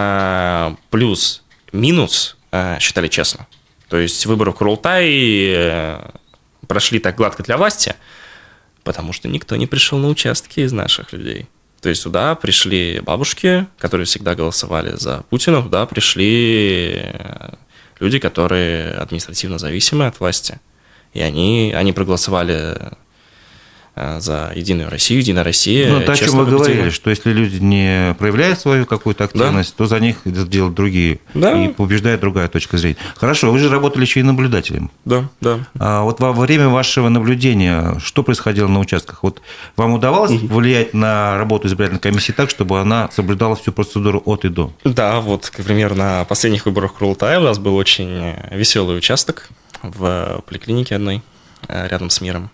плюс-минус считали честно. То есть, выборы в Курултай прошли так гладко для власти, потому что никто не пришел на участки из наших людей. То есть сюда пришли бабушки, которые всегда голосовали за Путина, туда пришли люди, которые административно зависимы от власти. И они проголосовали за Единую Россию, Единая Россия. Ну, о чем вы говорили, что если люди не проявляют свою какую-то активность, то за них делают другие, и побеждает другая точка зрения. Хорошо, вы же работали еще и наблюдателем. Да. А вот во время вашего наблюдения что происходило на участках? Вот вам удавалось влиять на работу избирательной комиссии так, чтобы она соблюдала всю процедуру от и до? Да, вот, например, на последних выборах Курултая у нас был очень веселый участок в поликлинике одной, рядом с Миром.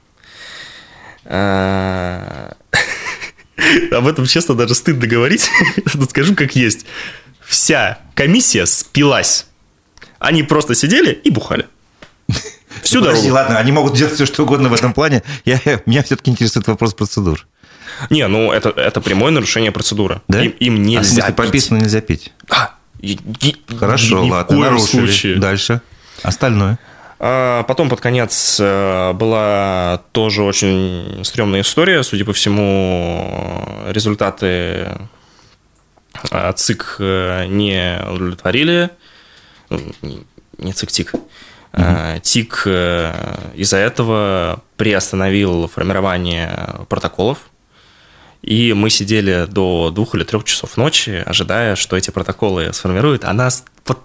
Об этом, честно, даже стыдно говорить. Скажу, как есть. Вся комиссия спилась. Они просто сидели и бухали. Всю дорогу. Ладно, они могут делать все, что угодно в этом плане. Меня все-таки интересует вопрос процедур. Не, это прямое нарушение процедуры. Да? Им нельзя пить. Прописано, нельзя пить. Хорошо, ладно, нарушили. Дальше. Остальное. Потом под конец была тоже очень стрёмная история. Судя по всему, результаты ЦИК не удовлетворили. не ЦИК, ТИК. ТИК из-за этого приостановил формирование протоколов, и мы сидели до 2 или 3 часов ночи, ожидая, что эти протоколы сформируют, а нас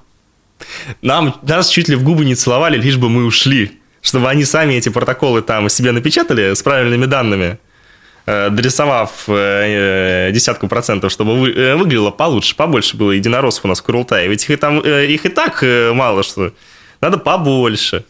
чуть ли в губы не целовали, лишь бы мы ушли, чтобы они сами эти протоколы там себе напечатали с правильными данными, дорисовав 10%, чтобы выглядело получше, побольше было единороссов у нас в Курултае. Ведь их и так мало что. Надо побольше.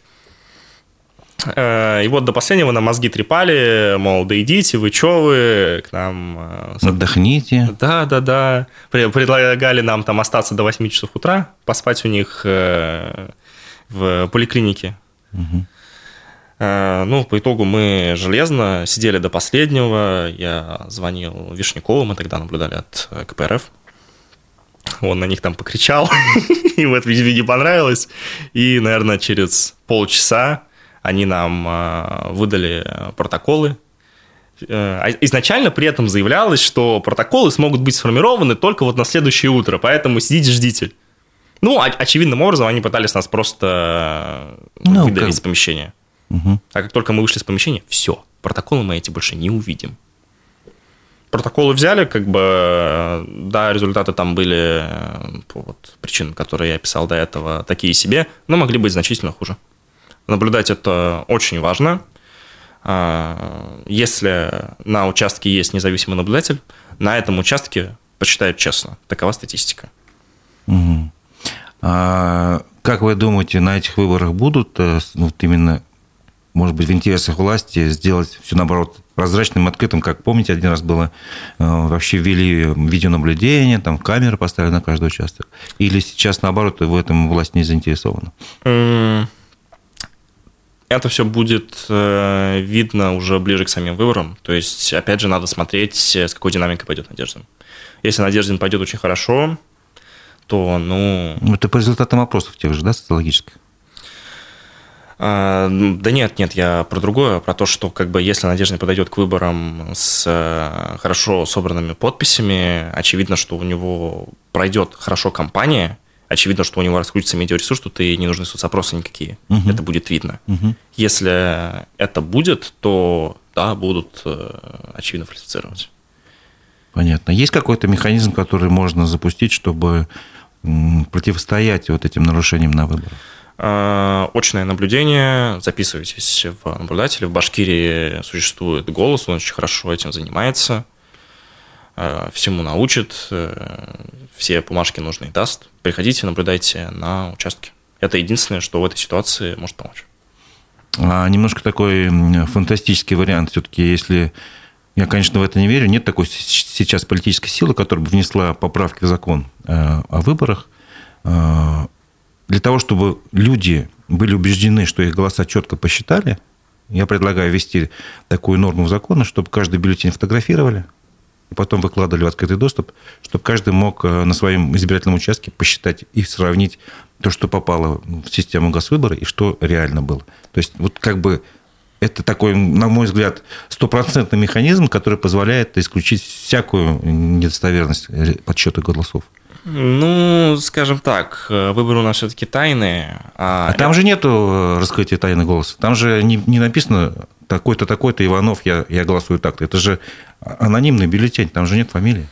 И вот до последнего нам мозги трепали, мол, да идите, вы чё вы, к нам... Отдохните. Да. Предлагали нам там остаться до 8 часов утра, поспать у них в поликлинике. Угу. Ну, по итогу мы железно сидели до последнего. Я звонил Вишнякову, мы тогда наблюдали от КПРФ. Он на них там покричал, им это не понравилось. И, наверное, через полчаса они нам выдали протоколы. Изначально при этом заявлялось, что протоколы смогут быть сформированы только вот на следующее утро, поэтому сидите, ждите. Ну, очевидным образом они пытались нас просто выдавить из помещения. Угу. А как только мы вышли из помещения, все, протоколы мы эти больше не увидим. Протоколы взяли, да, результаты там были по причинам, которые я описал до этого, такие себе, но могли быть значительно хуже. Наблюдать это очень важно. Если на участке есть независимый наблюдатель, на этом участке посчитают честно. Такова статистика. Угу. Как вы думаете, на этих выборах будут именно, может быть, в интересах власти сделать все, наоборот, прозрачным, открытым? Как помните, один раз было, вообще ввели видеонаблюдение, там камеры поставили на каждый участок. Или сейчас, наоборот, в этом власть не заинтересована? Это все будет видно уже ближе к самим выборам. То есть, опять же, надо смотреть, с какой динамикой пойдет Надеждин. Если Надеждин пойдет очень хорошо, то, Это по результатам опросов тех же, да, социологических? Да нет, я про другое, про то, что если Надеждин подойдет к выборам с хорошо собранными подписями, очевидно, что у него пройдет хорошо кампания, очевидно, что у него раскрутится медиаресурс, тут и не нужны соцопросы никакие. Угу. Это будет видно. Угу. Если это будет, то да, будут очевидно фальсифицировать. Понятно. Есть какой-то механизм, который можно запустить, чтобы противостоять вот этим нарушениям на выборах? Очное наблюдение. Записывайтесь в наблюдатели. В Башкирии существует «Голос», он очень хорошо этим занимается. Всему научит, все бумажки нужные даст. Приходите, наблюдайте на участке. Это единственное, что в этой ситуации может помочь. Немножко такой фантастический вариант. Все-таки, если... Я, конечно, в это не верю. Нет такой сейчас политической силы, которая бы внесла поправки в закон о выборах. Для того, чтобы люди были убеждены, что их голоса четко посчитали, я предлагаю ввести такую норму в закон, чтобы каждый бюллетень фотографировали, и потом выкладывали в открытый доступ, чтобы каждый мог на своем избирательном участке посчитать и сравнить то, что попало в систему Госвыбора, и что реально было. То есть, это такой, на мой взгляд, стопроцентный механизм, который позволяет исключить всякую недостоверность подсчета голосов. Скажем так, выборы у нас все-таки тайные. Там же нету раскрытия тайны голоса. Там же не написано такой-то, такой-то Иванов, я голосую так-то. Это же анонимный бюллетень, там же нет фамилии.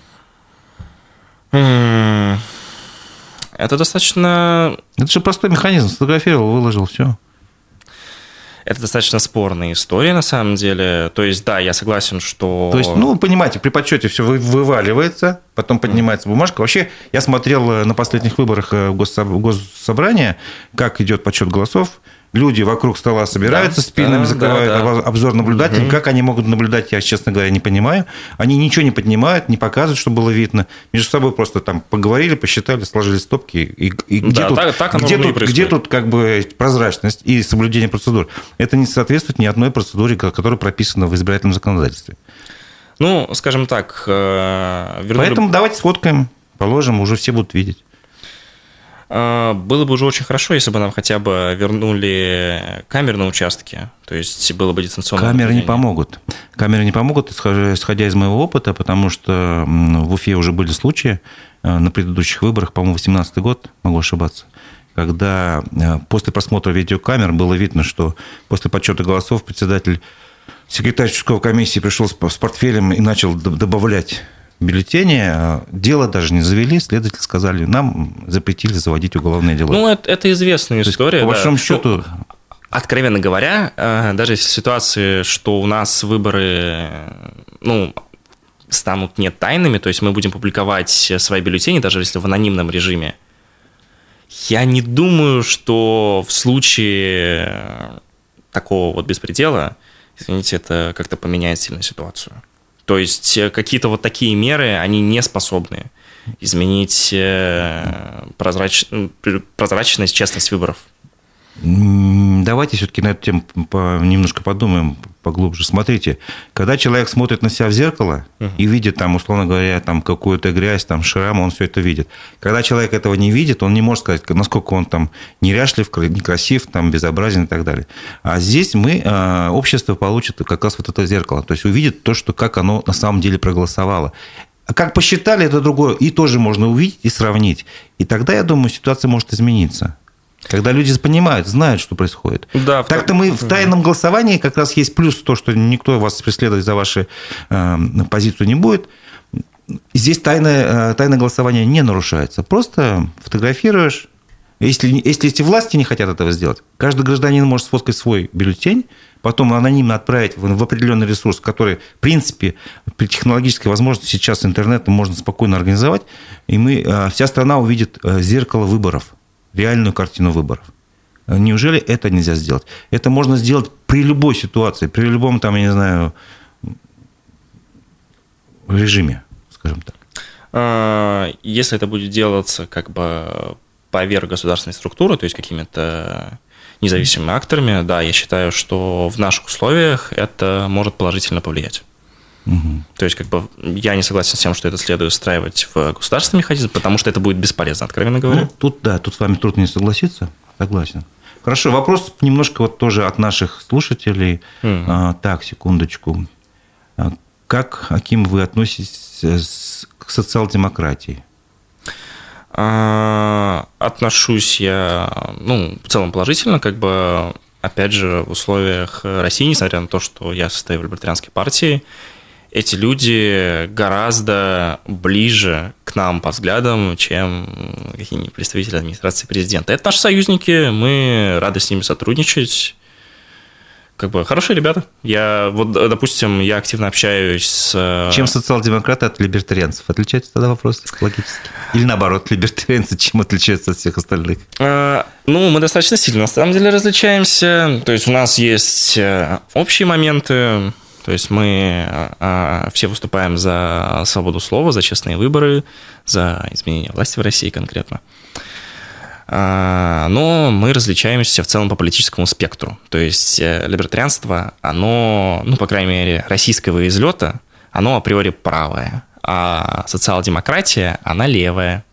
Это достаточно... Это же простой механизм. Сфотографировал, выложил, все. Это достаточно спорная история, на самом деле. То есть, да, я согласен, что... То есть, понимаете, при подсчете все вываливается, потом поднимается бумажка. Вообще, я смотрел на последних выборах в Госсобрание, как идет подсчет голосов. Люди вокруг стола собираются, спинами закрывают, обзор наблюдателям. Как они могут наблюдать, я, честно говоря, не понимаю. Они ничего не поднимают, не показывают, чтобы было видно. Между собой просто там поговорили, посчитали, сложили стопки. И где тут прозрачность и соблюдение процедур? Это не соответствует ни одной процедуре, которая прописана в избирательном законодательстве. Скажем так... Поэтому давайте сфоткаем, положим, уже все будут видеть. Было бы уже очень хорошо, если бы нам хотя бы вернули камеры на участке, то есть было бы дистанционное наблюдение. Камеры не помогут, исходя из моего опыта, потому что в Уфе уже были случаи на предыдущих выборах, по-моему, 2018 год, могу ошибаться, когда после просмотра видеокамер было видно, что после подсчета голосов секретарь участковой комиссии пришел с портфелем и начал добавлять бюллетени. Дело даже не завели, следователи сказали, нам запретили заводить уголовные дела. Ну, это известная история. По большому счету... Откровенно говоря, даже если в ситуации, что у нас выборы станут не тайными, то есть мы будем публиковать свои бюллетени, даже если в анонимном режиме, я не думаю, что в случае такого вот беспредела, извините, это как-то поменяет сильно ситуацию. То есть какие-то вот такие меры, они не способны изменить прозрачность, честность выборов. Давайте все-таки на эту тему немножко подумаем поглубже. Смотрите, когда человек смотрит на себя в зеркало и видит, там, условно говоря, там, какую-то грязь, там, шрам, он все это видит. Когда человек этого не видит, он не может сказать, насколько он там неряшлив, некрасив, там, безобразен и так далее. А здесь общество получит как раз вот это зеркало. То есть увидит то, как оно на самом деле проголосовало. А как посчитали, это другое. И тоже можно увидеть и сравнить. И тогда, я думаю, ситуация может измениться. Когда люди понимают, знают, что происходит. Да, так-то мы в тайном голосовании как раз есть плюс то, что никто вас преследовать за вашу позицию не будет. Здесь тайное голосование не нарушается. Просто фотографируешь. Если эти власти не хотят этого сделать, каждый гражданин может сфоткать свой бюллетень, потом анонимно отправить в определенный ресурс, который, в принципе, при технологической возможности сейчас интернетом можно спокойно организовать, и вся страна увидит зеркало выборов. Реальную картину выборов. Неужели это нельзя сделать? Это можно сделать при любой ситуации, при любом, там, я не знаю, режиме, скажем так. Если это будет делаться как бы поверх государственной структуры, то есть какими-то независимыми акторами, да, я считаю, что в наших условиях это может положительно повлиять. Угу. То есть, как бы, я не согласен с тем, что это следует встраивать в государственный механизм, потому что это будет бесполезно, откровенно говоря. Тут с вами трудно не согласиться. Согласен. Хорошо, вопрос немножко вот тоже от наших слушателей. Так, секундочку. Как, Аким, вы относитесь к социал-демократии? Отношусь я, в целом положительно, как бы, опять же, в условиях России, несмотря на то, что я состою в либертарианской партии, эти люди гораздо ближе к нам по взглядам, чем какие-нибудь представители администрации президента. Это наши союзники, мы рады с ними сотрудничать. Как бы хорошие ребята. Допустим, я активно общаюсь с... Чем социал-демократы от либертарианцев? Отличается тогда вопрос логически? Или наоборот, либертарианцы чем отличаются от всех остальных? Мы достаточно сильно, на самом деле, различаемся. То есть у нас есть общие моменты. То есть мы все выступаем за свободу слова, за честные выборы, за изменение власти в России конкретно. Но мы различаемся в целом по политическому спектру. То есть либертарианство, оно, по крайней мере, российского излета, оно априори правое, а социал-демократия, она левая.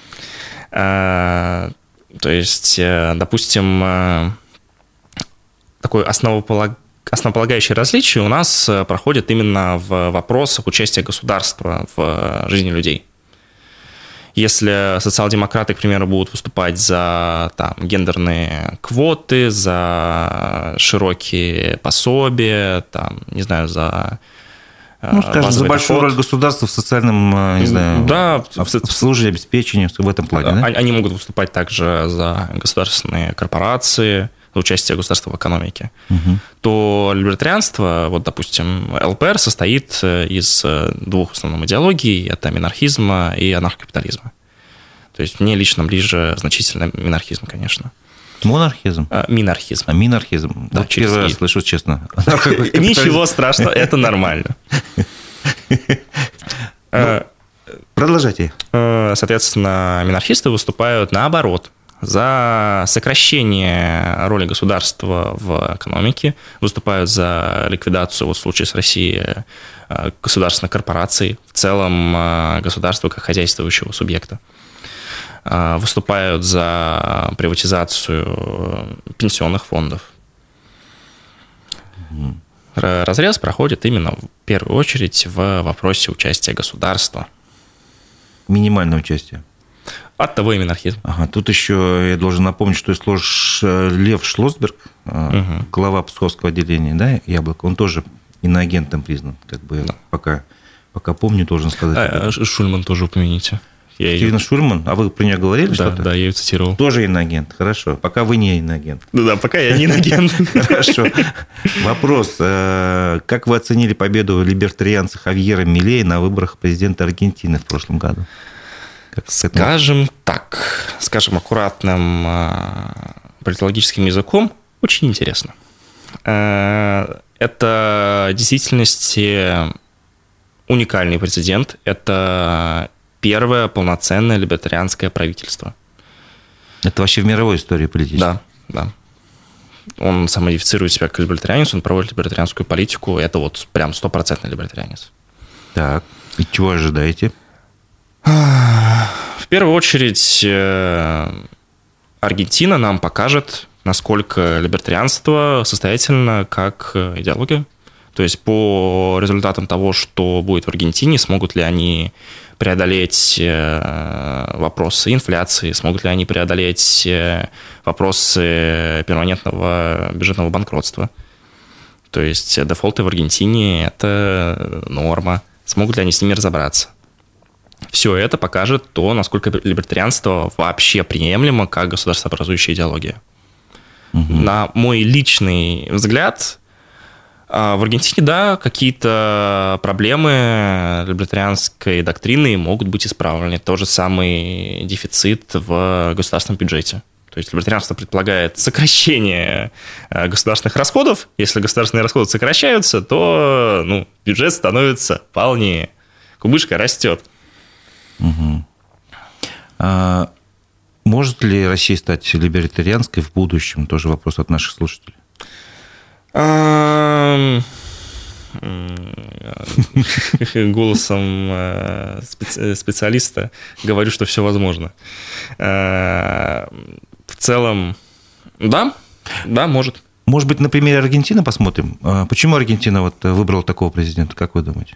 То есть, допустим, такое основополагающее различие у нас проходит именно в вопросах участия государства в жизни людей. Если социал-демократы, к примеру, будут выступать за гендерные квоты, за широкие пособия, за за большую роль государства в социальном, обслуживании, обеспечении, в этом плане. Да? Они могут выступать также за государственные корпорации, за участие государства в экономике. То либертарианство, допустим, ЛПР состоит из двух основных идеологий, это минархизма и анархокапитализма. То есть мне лично ближе значительно минархизм, конечно. Монархизм? Минархизм. Минархизм. Да, первый раз слышу, честно. Ничего страшного, это нормально. Продолжайте. Соответственно, минархисты выступают наоборот. За сокращение роли государства в экономике, выступают за ликвидацию, в случае с Россией, государственных корпораций, в целом государства как хозяйствующего субъекта. Выступают за приватизацию пенсионных фондов. Разрез проходит именно в первую очередь в вопросе участия государства. Минимальное участие. От того и минархизм. Ага, тут еще я должен напомнить, что Лев Шлосберг, глава Псковского отделения, да, Яблоко, он тоже иноагентом признан, как бы да. пока помню, должен сказать. Шульман тоже упомяните. Стивен Шульман, а вы про нее говорили что-то? Да, я ее цитировал. Тоже иноагент, хорошо. Пока вы не иноагент. Да, пока я не иноагент. Хорошо. Вопрос. Как вы оценили победу либертарианца Хавьера Милея на выборах президента Аргентины в прошлом году? Скажем аккуратным политологическим языком, очень интересно. Это в действительности уникальный прецедент. Это первое полноценное либертарианское правительство. Это вообще в мировой истории политической? Да. Он самоидентифицирует себя как либертарианец, он проводит либертарианскую политику. Это вот прям 100% либертарианец. Так, и чего ожидаете? В первую очередь, Аргентина нам покажет, насколько либертарианство состоятельно как идеология. То есть по результатам того, что будет в Аргентине, смогут ли они преодолеть вопросы инфляции, смогут ли они преодолеть вопросы перманентного бюджетного банкротства. То есть дефолты в Аргентине – это норма. Смогут ли они с ними разобраться? Все это покажет то, насколько либертарианство вообще приемлемо как государствообразующая идеология. Угу. На мой личный взгляд, в Аргентине, да, какие-то проблемы либертарианской доктрины могут быть исправлены. Тот же самый дефицит в государственном бюджете. То есть либертарианство предполагает сокращение государственных расходов. Если государственные расходы сокращаются, то бюджет становится полнее. Кубышка растет. Угу. Может ли Россия стать либертарианской в будущем? Тоже вопрос от наших слушателей. Голосом специалиста говорю, что все возможно. В целом, да, может. Может быть, на примере Аргентины посмотрим? Почему Аргентина выбрала такого президента, как вы думаете?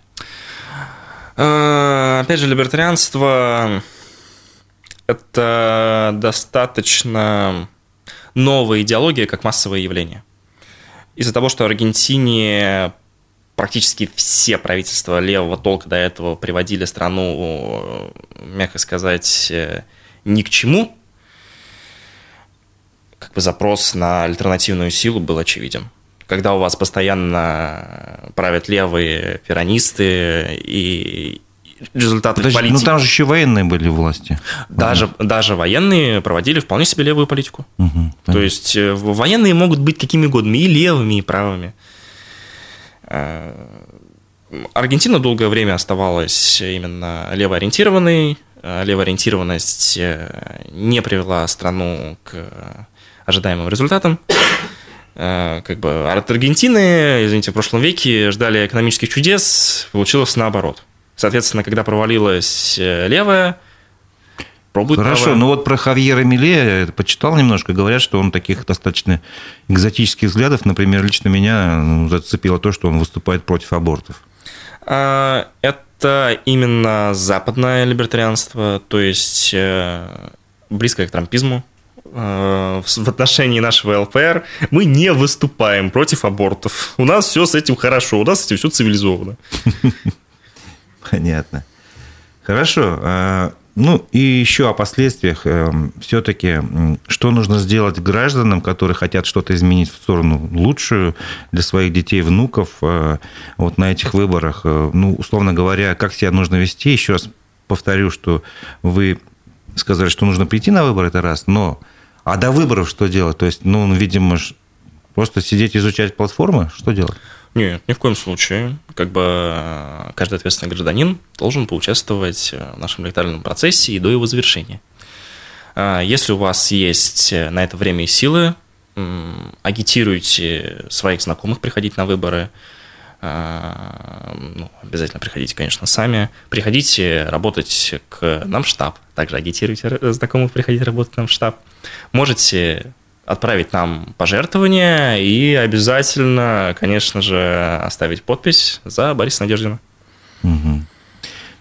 Опять же, либертарианство – это достаточно новая идеология, как массовое явление. Из-за того, что в Аргентине практически все правительства левого толка до этого приводили страну, мягко сказать, ни к чему, как бы запрос на альтернативную силу был очевиден. Когда у вас постоянно правят левые перонисты и результаты политики... там же еще военные были в власти. Даже военные проводили вполне себе левую политику. Угу, то есть военные могут быть какими угодно, и левыми, и правыми. Аргентина долгое время оставалась именно левоориентированной. Левоориентированность не привела страну к ожидаемым результатам. Как бы от Аргентины, извините, в прошлом веке ждали экономических чудес, получилось наоборот. Соответственно, когда провалилась левая, пробует правая. Хорошо, про Хавьера Милея я почитал немножко, говорят, что он таких достаточно экзотических взглядов, например, лично меня зацепило то, что он выступает против абортов. Это именно западное либертарианство, то есть близкое к трампизму. В отношении нашего ЛПР мы не выступаем против абортов. У нас все с этим хорошо, у нас с этим все цивилизовано. Понятно. Хорошо. И еще о последствиях. Все-таки, что нужно сделать гражданам, которые хотят что-то изменить в сторону лучшую для своих детей, внуков на этих выборах? Условно говоря, как себя нужно вести? Еще раз повторю, что вы сказали, что нужно прийти на выборы, это раз, а до выборов что делать? То есть, видимо, просто сидеть, изучать платформы? Что делать? Нет, ни в коем случае. Как бы каждый ответственный гражданин должен поучаствовать в нашем электоральном процессе и до его завершения. Если у вас есть на это время и силы, агитируйте своих знакомых приходить на выборы. Обязательно приходите, конечно, сами. Приходите работать к нам в штаб. Также агитируйте знакомых приходить работать нам в штаб. Можете отправить нам пожертвования и обязательно, конечно же, оставить подпись за Бориса Надеждина. Угу.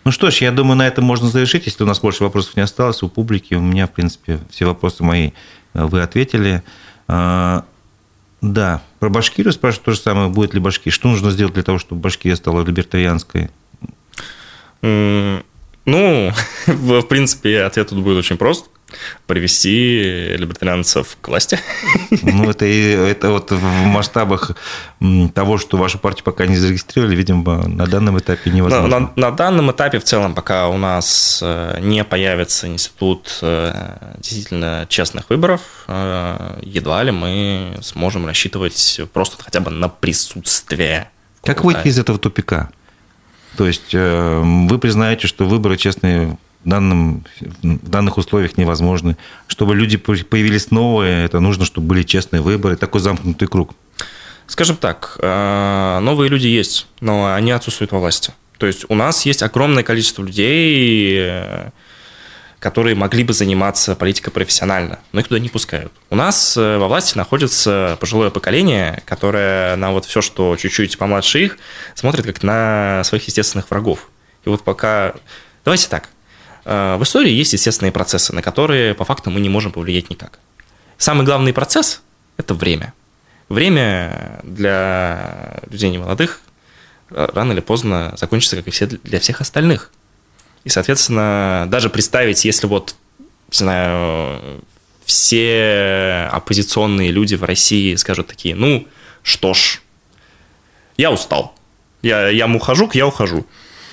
Ну что ж, я думаю, на этом можно завершить, если у нас больше вопросов не осталось у публики. У меня, в принципе, все вопросы мои вы ответили. Да, про Башкирию спрашивают то же самое. Будет ли Башкирия? Что нужно сделать для того, чтобы Башкирия стала либертарианской? Ну, в принципе, ответ тут будет очень прост. Привести либертарианцев к власти. Ну, это вот в масштабах того, что вашу партию пока не зарегистрировали, видимо, на данном этапе невозможно. На данном этапе в целом, пока у нас не появится институт действительно честных выборов, едва ли мы сможем рассчитывать просто хотя бы на присутствие. Как выйти из этого тупика? То есть вы признаете, что выборы честные в данных условиях невозможны. Чтобы люди появились новые, это нужно, чтобы были честные выборы. Такой замкнутый круг. Скажем так, новые люди есть, но они отсутствуют во власти. То есть у нас есть огромное количество людей, которые могли бы заниматься политикой профессионально, но их туда не пускают. У нас во власти находится пожилое поколение, которое на вот все, что чуть-чуть помладше их, смотрит как на своих естественных врагов. И вот пока... Давайте так. В истории есть естественные процессы, на которые по факту мы не можем повлиять никак. Самый главный процесс – это время. Время для людей немолодых рано или поздно закончится, как и все для всех остальных. И, соответственно, даже представить, если вот, не знаю, все оппозиционные люди в России скажут такие, ну, что ж, я устал, я ухожу, я ухожу.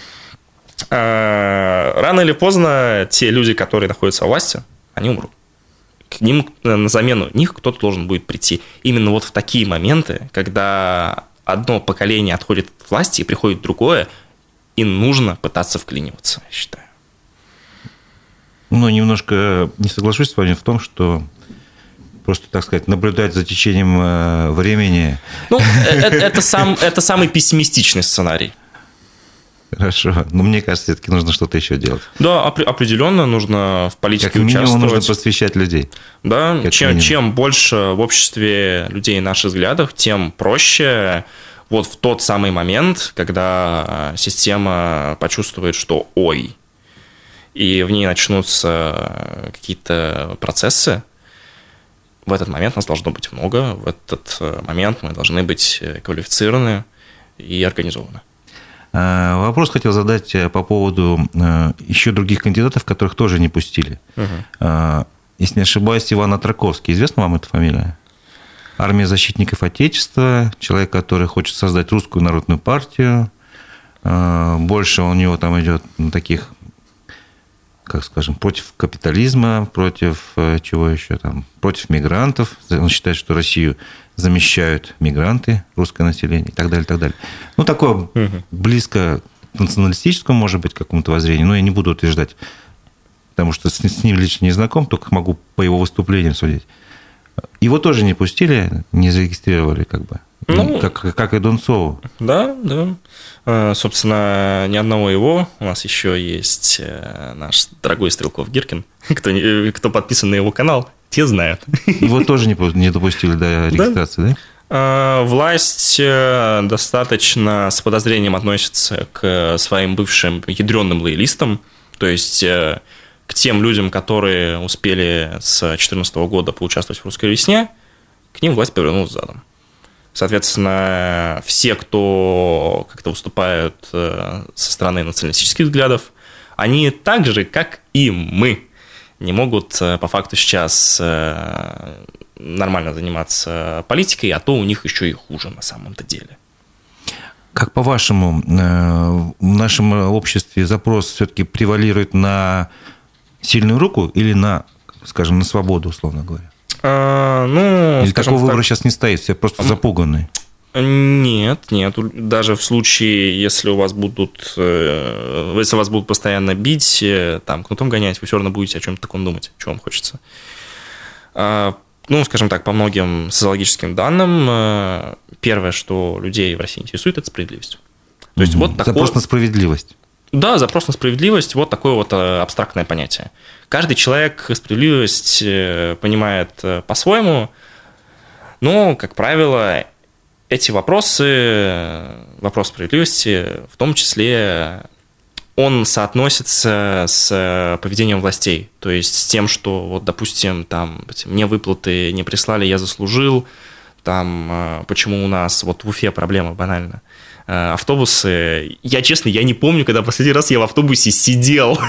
Рано или поздно те люди, которые находятся у власти, они умрут. К ним на замену них кто-то должен будет прийти. Именно вот в такие моменты, когда одно поколение отходит от власти и приходит другое, и нужно пытаться вклиниваться, я считаю. Ну, немножко не соглашусь с вами в том, что просто, так сказать, наблюдать за течением времени... Ну, это самый пессимистичный сценарий. Хорошо. Но мне кажется, все-таки нужно что-то еще делать. Да, определенно нужно в политике как минимум участвовать. Нужно просвещать людей. Да, чем больше в обществе людей наших взглядов, тем проще вот в тот самый момент, когда система почувствует, что ой, и в ней начнутся какие-то процессы, в этот момент нас должно быть много, в этот момент мы должны быть квалифицированы и организованы. Вопрос хотел задать по поводу еще других кандидатов, которых тоже не пустили. Если не ошибаюсь, Иван Отраковский. Известна вам эта фамилия? Армия защитников Отечества, человек, который хочет создать русскую народную партию. Больше у него там идет таких, как скажем, против капитализма, против чего еще там, против мигрантов. Он считает, что Россию замещают мигранты, русское население и так далее, и так далее. Ну, такое близко к националистическому, может быть, какому-то воззрению, но я не буду утверждать, потому что с ним лично не знаком, только могу по его выступлениям судить. Его тоже не пустили, не зарегистрировали, как бы. Ну, как и Дунцову. Да, да. Собственно, ни одного его. У нас еще есть наш дорогой Стрелков Гиркин. Кто подписан на его канал, те знают. Его тоже не допустили до регистрации, да? Власть достаточно с подозрением относится к своим бывшим ядреным лоялистам, то есть к тем людям, которые успели с 2014 года поучаствовать в «Русской весне», к ним власть повернулась задом. Соответственно, все, кто как-то выступают со стороны националистических взглядов, они так же, как и мы, не могут по факту сейчас нормально заниматься политикой, а то у них еще и хуже на самом-то деле. Как по-вашему, в нашем обществе запрос все-таки превалирует на сильную руку или на, скажем, на свободу, условно говоря? Или такого выбора сейчас не стоит, все просто запуганы? Нет. Даже в случае, если вас будут постоянно бить, там, кнутом гонять, вы все равно будете о чем-то таком думать, что вам хочется. Ну, скажем так, по многим социологическим данным, первое, что людей в России интересует, это справедливость. То есть вот такое... Запрос на справедливость. Да, запрос на справедливость – вот такое вот абстрактное понятие. Каждый человек справедливость понимает по-своему, но, как правило, эти вопросы, вопрос справедливости, в том числе, он соотносится с поведением властей, то есть с тем, что, вот, допустим, там, мне выплаты не прислали, я заслужил, там, почему у нас, вот в Уфе проблема банально, автобусы, честно, я не помню, когда последний раз я в автобусе сидел.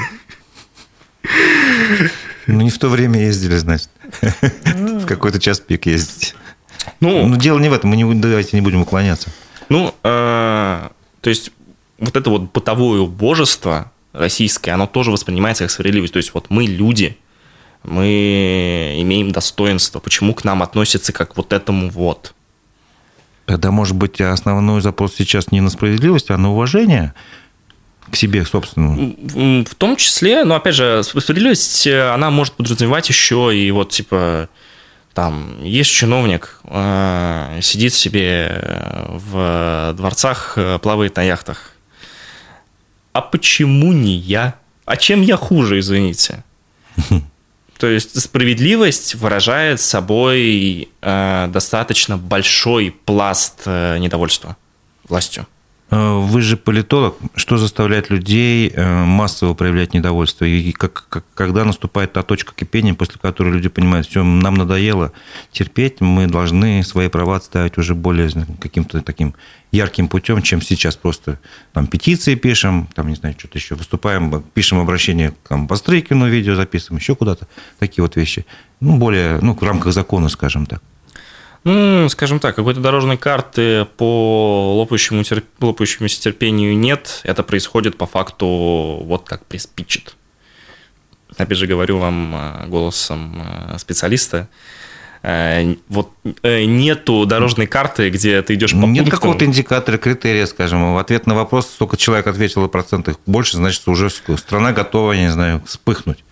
Ну, не в то время ездили, значит. В какой-то час пик ездите. Ну, дело не в этом, давайте не будем уклоняться. Ну, то есть, вот это вот бытовое убожество российское, оно тоже воспринимается как справедливость. То есть, вот мы люди, мы имеем достоинство. Почему к нам относятся как вот этому вот? Тогда, может быть, основной запрос сейчас не на справедливость, а на уважение к себе собственному? В том числе, но, опять же, справедливость, она может подразумевать еще и вот, типа, там, есть чиновник, сидит себе в дворцах, плавает на яхтах. А почему не я? А чем я хуже, извините? То есть справедливость выражает собой достаточно большой пласт недовольства властью. Вы же политолог. Что заставляет людей массово проявлять недовольство? И когда наступает та точка кипения, после которой люди понимают, все, нам надоело терпеть, мы должны свои права отставить уже более каким-то таким ярким путем, чем сейчас просто там петиции пишем, там, не знаю, что-то еще, выступаем, пишем обращение к Бастрыкину, видео записываем, еще куда-то, такие вот вещи. Ну, более, в рамках закона, скажем так. Ну, скажем так, какой-то дорожной карты по лопающемуся терпению нет. Это происходит по факту вот как приспичит. Опять же, говорю вам голосом специалиста. Вот нету дорожной карты, где ты идешь по пунктам. Нет какого-то индикатора, критерия, скажем. В ответ на вопрос, сколько человек ответило процентов больше, значит, уже страна готова, я не знаю, вспыхнуть.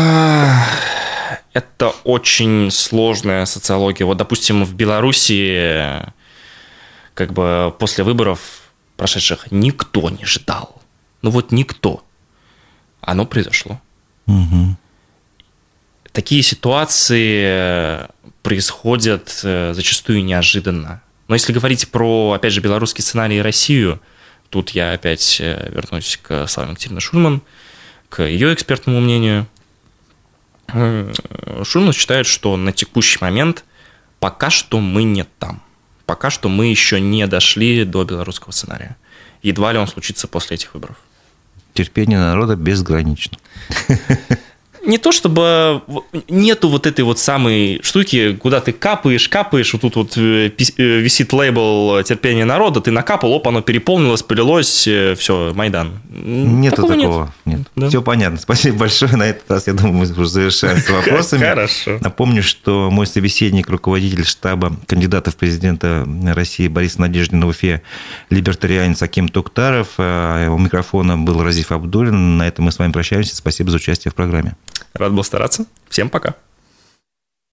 Это очень сложная социология. Вот, допустим, в Беларуси как бы после выборов прошедших никто не ждал. Ну вот никто. Оно произошло. Угу. Такие ситуации происходят зачастую неожиданно. Но если говорить про, опять же, белорусский сценарий и Россию, тут я опять вернусь к Славе Екатерине Шульман, к ее экспертному мнению. Шульман считает, что на текущий момент пока что мы не там. Пока что мы еще не дошли до белорусского сценария. Едва ли он случится после этих выборов. Терпение народа безгранично. Не то чтобы нету вот этой вот самой штуки, куда ты капаешь, вот тут вот висит лейбл терпения народа, ты накапал, оп, оно переполнилось, полилось, все, Майдан. Нету такого. Нет. Да? Все понятно. Спасибо большое. На этот раз, я думаю, мы уже завершаем с вопросами. Хорошо. Напомню, что мой собеседник, руководитель штаба кандидата в президента России Борис Надеждин в Уфе, либертарианец Аким Туктаров. У микрофона был Разиф Абдуллин. На этом мы с вами прощаемся. Спасибо за участие в программе. Рад был стараться. Всем пока.